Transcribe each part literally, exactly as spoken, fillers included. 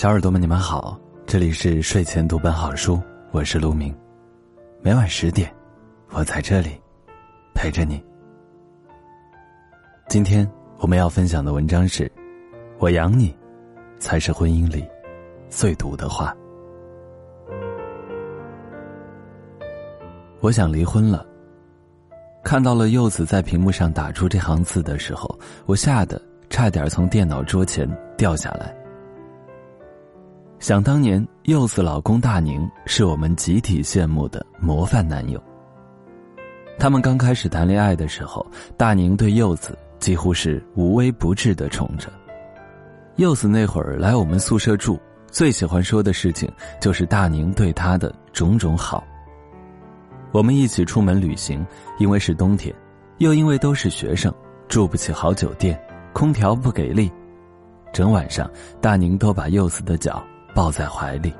小耳朵们，你们好，这里是睡前读本好书，我是陆明。每晚十点，我在这里陪着你。今天我们要分享的文章是：我养你，才是婚姻里最毒的话。我想离婚了。看到了柚子在屏幕上打出这行字的时候，我吓得差点从电脑桌前掉下来。想当年，柚子老公大宁是我们集体羡慕的模范男友。他们刚开始谈恋爱的时候，大宁对柚子几乎是无微不至地宠着。柚子那会儿来我们宿舍住，最喜欢说的事情就是大宁对她的种种好。我们一起出门旅行，因为是冬天，又因为都是学生，住不起好酒店，空调不给力，整晚上大宁都把柚子的脚抱在怀里。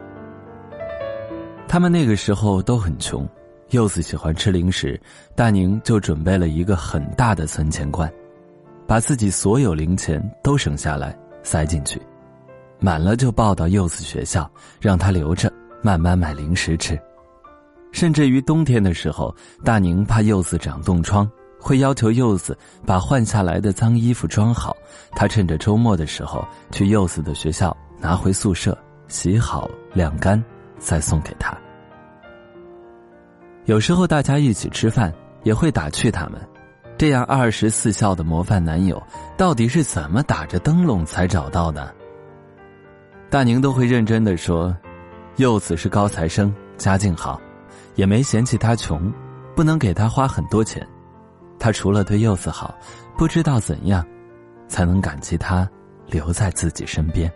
他们那个时候都很穷，柚子喜欢吃零食，大宁就准备了一个很大的存钱罐，把自己所有零钱都省下来塞进去，满了就抱到柚子学校，让她留着慢慢买零食吃。甚至于冬天的时候，大宁怕柚子长冻疮，会要求柚子把换下来的脏衣服装好，他趁着周末的时候去柚子的学校拿回宿舍，洗好晾干再送给他。有时候大家一起吃饭也会打趣他们，这样二十四孝的模范男友到底是怎么打着灯笼才找到的？大宁都会认真地说，柚子是高材生，家境好，也没嫌弃他穷，不能给他花很多钱。他除了对柚子好，不知道怎样才能感激他留在自己身边。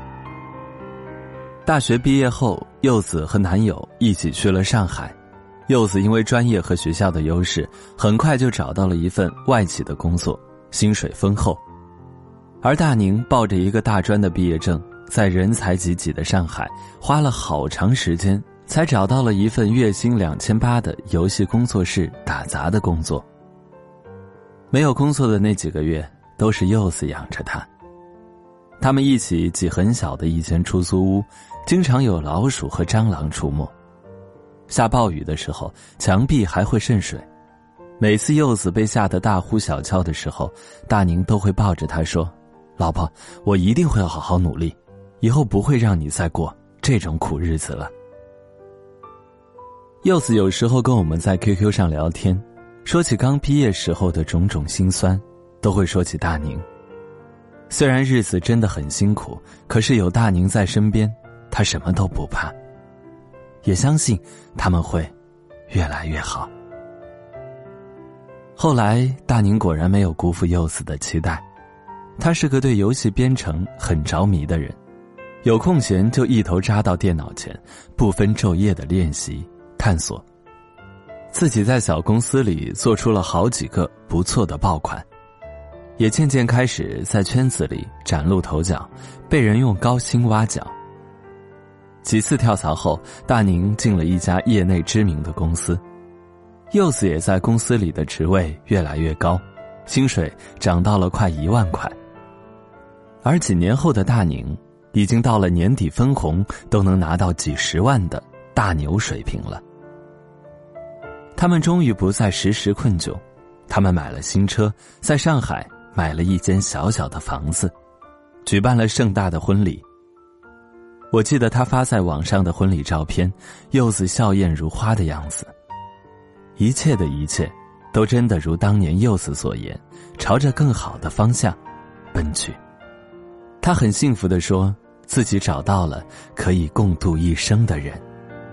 大学毕业后，柚子和男友一起去了上海。柚子因为专业和学校的优势，很快就找到了一份外企的工作，薪水丰厚。而大宁抱着一个大专的毕业证，在人才济济的上海，花了好长时间才找到了一份月薪两千八的游戏工作室打杂的工作。没有工作的那几个月，都是柚子养着他。他们一起挤很小的一间出租屋，经常有老鼠和蟑螂出没。下暴雨的时候，墙壁还会渗水。每次柚子被吓得大呼小叫的时候，大宁都会抱着他说，老婆，我一定会好好努力，以后不会让你再过这种苦日子了。柚子有时候跟我们在 Q Q 上聊天，说起刚毕业时候的种种辛酸，都会说起大宁。虽然日子真的很辛苦，可是有大宁在身边，他什么都不怕，也相信他们会越来越好。后来大宁果然没有辜负柚子的期待，他是个对游戏编程很着迷的人，有空闲就一头扎到电脑前，不分昼夜的练习探索。自己在小公司里做出了好几个不错的爆款，也渐渐开始在圈子里崭露头角，被人用高薪挖角。几次跳槽后，大宁进了一家业内知名的公司，柚子也在公司里的职位越来越高，薪水涨到了快一万块。而几年后的大宁已经到了年底分红都能拿到几十万的大牛水平了。他们终于不再时时困窘，他们买了新车，在上海买了一间小小的房子，举办了盛大的婚礼。我记得他发在网上的婚礼照片，柚子笑靥如花的样子。一切的一切都真的如当年柚子所言，朝着更好的方向奔去。他很幸福地说，自己找到了可以共度一生的人。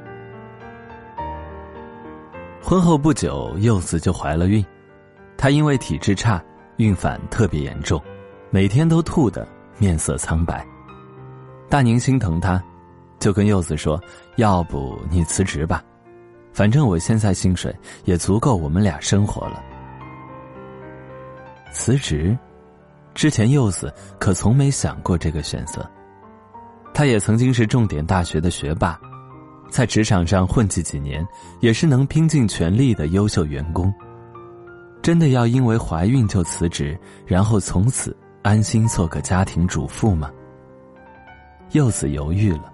婚后不久，柚子就怀了孕。她因为体质差，孕反特别严重，每天都吐得面色苍白。大宁心疼她，就跟柚子说，要不你辞职吧，反正我现在薪水也足够我们俩生活了。辞职？之前柚子可从没想过这个选择。她也曾经是重点大学的学霸，在职场上混迹几年，也是能拼尽全力的优秀员工。真的要因为怀孕就辞职，然后从此安心做个家庭主妇吗？ 柚子犹豫了。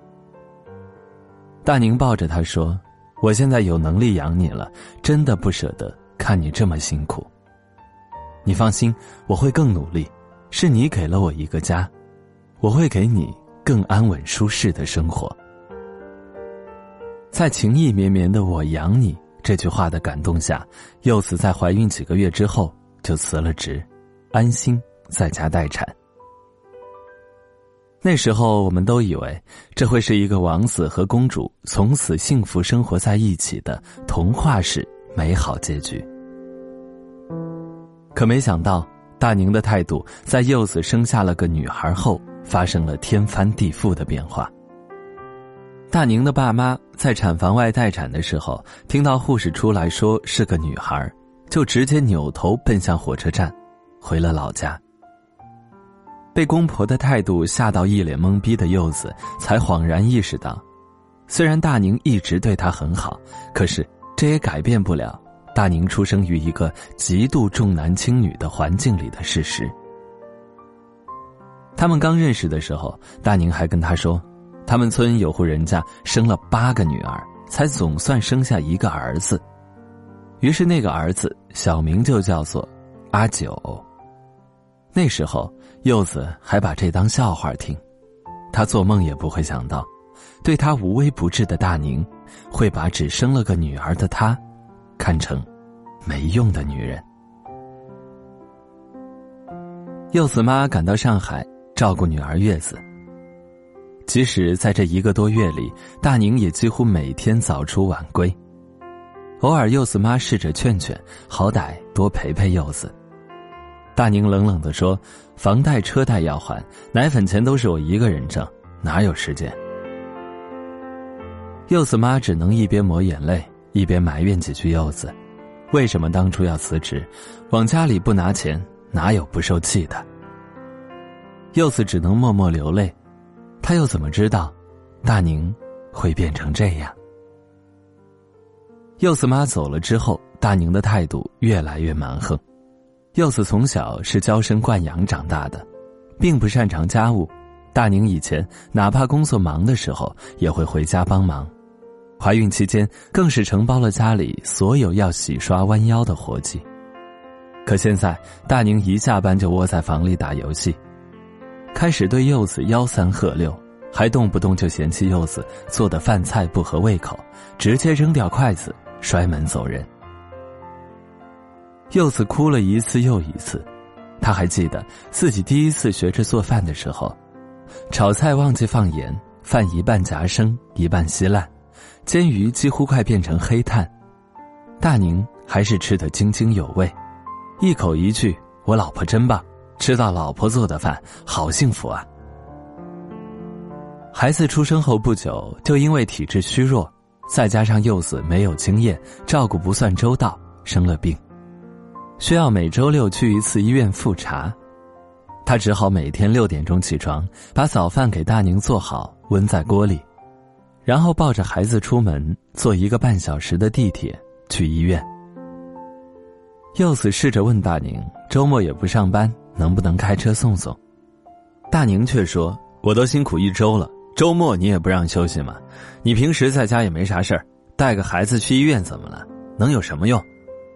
大宁抱着他说，我现在有能力养你了，真的不舍得看你这么辛苦。你放心，我会更努力，是你给了我一个家，我会给你更安稳舒适的生活。在情意绵绵的我养你这句话的感动下，柚子在怀孕几个月之后就辞了职，安心在家待产。那时候我们都以为这会是一个王子和公主从此幸福生活在一起的童话式美好结局。可没想到，大宁的态度在柚子生下了个女孩后发生了天翻地覆的变化。大宁的爸妈在产房外待产的时候，听到护士出来说是个女孩，就直接扭头奔向火车站，回了老家。被公婆的态度吓到一脸懵逼的柚子才恍然意识到，虽然大宁一直对她很好，可是这也改变不了大宁出生于一个极度重男轻女的环境里的事实。他们刚认识的时候，大宁还跟他说，他们村有户人家生了八个女儿，才总算生下一个儿子。于是那个儿子小名就叫做阿九。那时候柚子还把这当笑话听，他做梦也不会想到，对他无微不至的大宁会把只生了个女儿的他看成没用的女人。柚子妈赶到上海照顾女儿月子，即使在这一个多月里，大宁也几乎每天早出晚归。偶尔柚子妈试着劝劝，好歹多陪陪柚子。大宁冷冷地说，房贷车贷要还，奶粉钱都是我一个人挣，哪有时间。柚子妈只能一边抹眼泪一边埋怨几句柚子，为什么当初要辞职，往家里不拿钱，哪有不受气的。柚子只能默默流泪，他又怎么知道大宁会变成这样。柚子妈走了之后，大宁的态度越来越蛮横。柚子从小是娇生惯养长大的，并不擅长家务，大宁以前哪怕工作忙的时候也会回家帮忙，怀孕期间更是承包了家里所有要洗刷弯腰的活计。可现在大宁一下班就窝在房里打游戏，开始对柚子吆三喝六，还动不动就嫌弃柚子做的饭菜不合胃口，直接扔掉筷子摔门走人。柚子哭了一次又一次，她还记得自己第一次学着做饭的时候，炒菜忘记放盐，饭一半夹生一半稀烂，煎鱼几乎快变成黑炭，大宁还是吃得津津有味，一口一句，我老婆真棒，吃到老婆做的饭好幸福啊。孩子出生后不久，就因为体质虚弱，再加上柚子没有经验，照顾不算周到，生了病，需要每周六去一次医院复查。他只好每天六点钟起床，把早饭给大宁做好，温在锅里，然后抱着孩子出门，坐一个半小时的地铁去医院。柚子试着问大宁，周末也不上班，能不能开车送送？大宁却说，我都辛苦一周了，周末你也不让休息吗？你平时在家也没啥事儿，带个孩子去医院怎么了？能有什么用？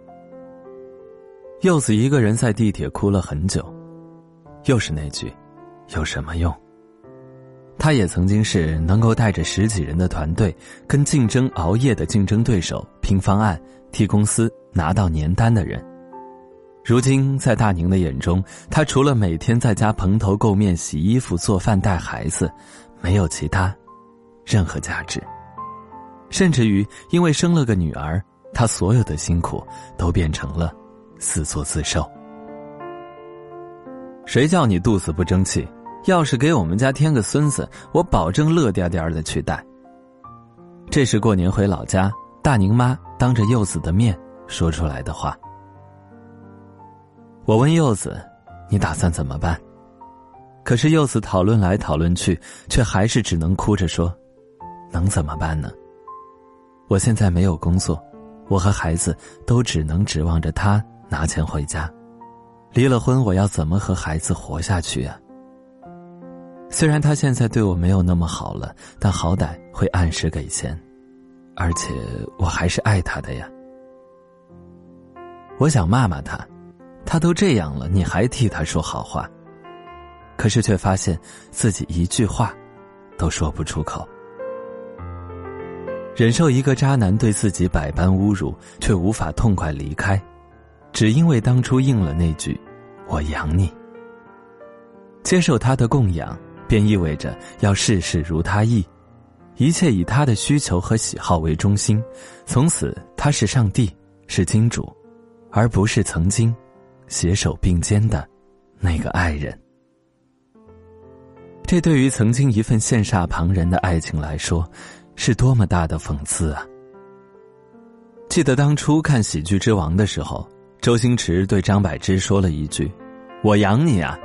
柚子一个人在地铁哭了很久，又是那句，有什么用？他也曾经是能够带着十几人的团队，跟竞争熬夜的竞争对手拼方案，替公司拿到年单的人。如今在大宁的眼中，他除了每天在家蓬头垢面洗衣服做饭带孩子，没有其他任何价值。甚至于因为生了个女儿，他所有的辛苦都变成了自作自受。谁叫你肚子不争气？要是给我们家添个孙子，我保证乐颠颠的去带。这是过年回老家，大宁妈当着柚子的面说出来的话。我问柚子，你打算怎么办？可是柚子讨论来讨论去，却还是只能哭着说，能怎么办呢？我现在没有工作，我和孩子都只能指望着他拿钱回家，离了婚我要怎么和孩子活下去啊？ 虽然他现在对我没有那么好了，但好歹会按时给钱，而且我还是爱他的呀。我想骂骂他，他都这样了，你还替他说好话，可是却发现自己一句话都说不出口。忍受一个渣男对自己百般侮辱，却无法痛快离开，只因为当初应了那句我养你。接受他的供养，便意味着要事事如他意，一切以他的需求和喜好为中心，从此他是上帝，是金主，而不是曾经携手并肩的那个爱人。这对于曾经一份羡煞旁人的爱情来说，是多么大的讽刺啊！记得当初看《喜剧之王》的时候，周星驰对张柏芝说了一句：“我养你啊！”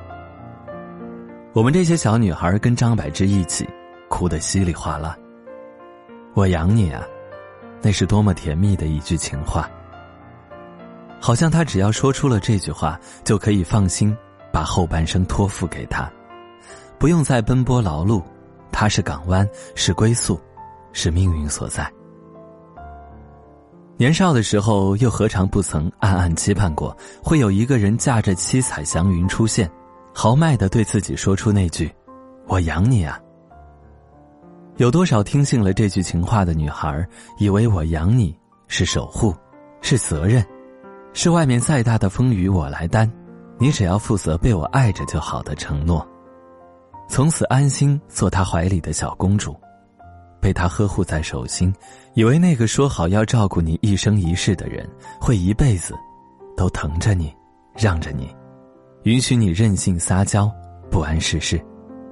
我们这些小女孩跟张柏芝一起哭得稀里哗啦。我养你啊，那是多么甜蜜的一句情话。好像他只要说出了这句话，就可以放心把后半生托付给他，不用再奔波劳碌，他是港湾，是归宿，是命运所在。年少的时候，又何尝不曾暗暗期盼过，会有一个人驾着七彩祥云出现，豪迈地对自己说出那句我养你啊。有多少听信了这句情话的女孩，以为我养你是守护，是责任，是外面再大的风雨我来担，你只要负责被我爱着就好的承诺，从此安心做他怀里的小公主，被他呵护在手心，以为那个说好要照顾你一生一世的人，会一辈子都疼着你，让着你，允许你任性撒娇，不谙世事。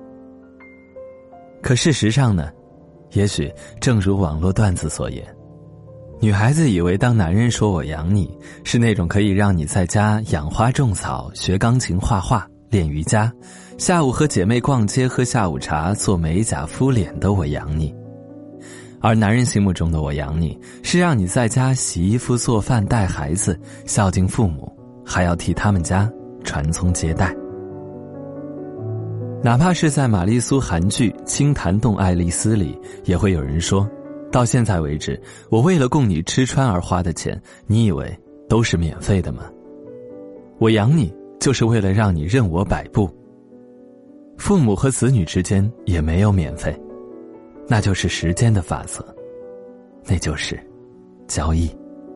可事实上呢，也许正如网络段子所言，女孩子以为当男人说我养你，是那种可以让你在家养花种草、学钢琴、画画、练瑜伽，下午和姐妹逛街喝下午茶、做美甲敷脸的我养你。而男人心目中的我养你，是让你在家洗衣服、做饭、带孩子、孝敬父母，还要替他们家传宗接代。哪怕是在玛丽苏韩剧《轻弹动爱丽丝》里，也会有人说，到现在为止，我为了供你吃穿而花的钱，你以为都是免费的吗？我养你就是为了让你任我摆布。父母和子女之间也没有免费，那就是时间的法则，那就是交易。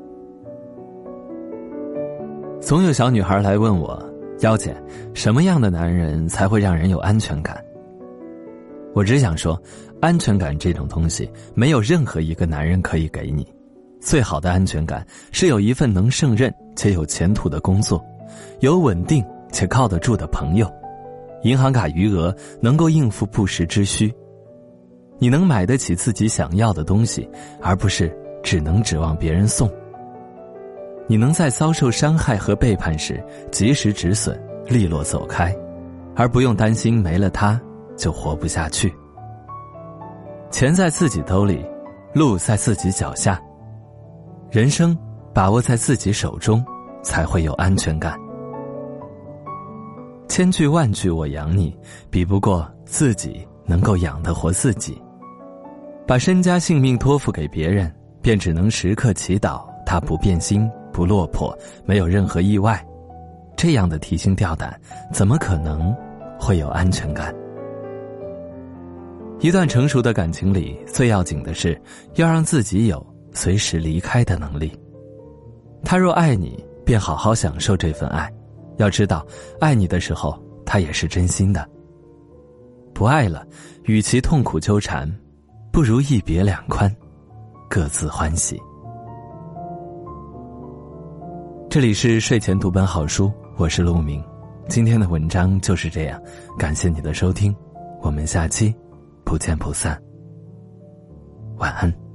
总有小女孩来问我，妖姐，什么样的男人才会让人有安全感？我只想说，安全感这种东西，没有任何一个男人可以给你。最好的安全感是有一份能胜任且有前途的工作，有稳定且靠得住的朋友，银行卡余额能够应付不时之需，你能买得起自己想要的东西，而不是只能指望别人送。你能在遭受伤害和背叛时及时止损，利落走开，而不用担心没了它就活不下去。钱在自己兜里，路在自己脚下，人生把握在自己手中，才会有安全感。千句万句我养你，比不过自己能够养得活自己。把身家性命托付给别人，便只能时刻祈祷他不变心、不落魄，没有任何意外。这样的提心吊胆，怎么可能会有安全感？一段成熟的感情里，最要紧的是要让自己有随时离开的能力。他若爱你，便好好享受这份爱，要知道爱你的时候他也是真心的。不爱了，与其痛苦纠缠，不如一别两宽，各自欢喜。这里是睡前读本好书，我是陆明。今天的文章就是这样，感谢你的收听，我们下期不见不散。晚安。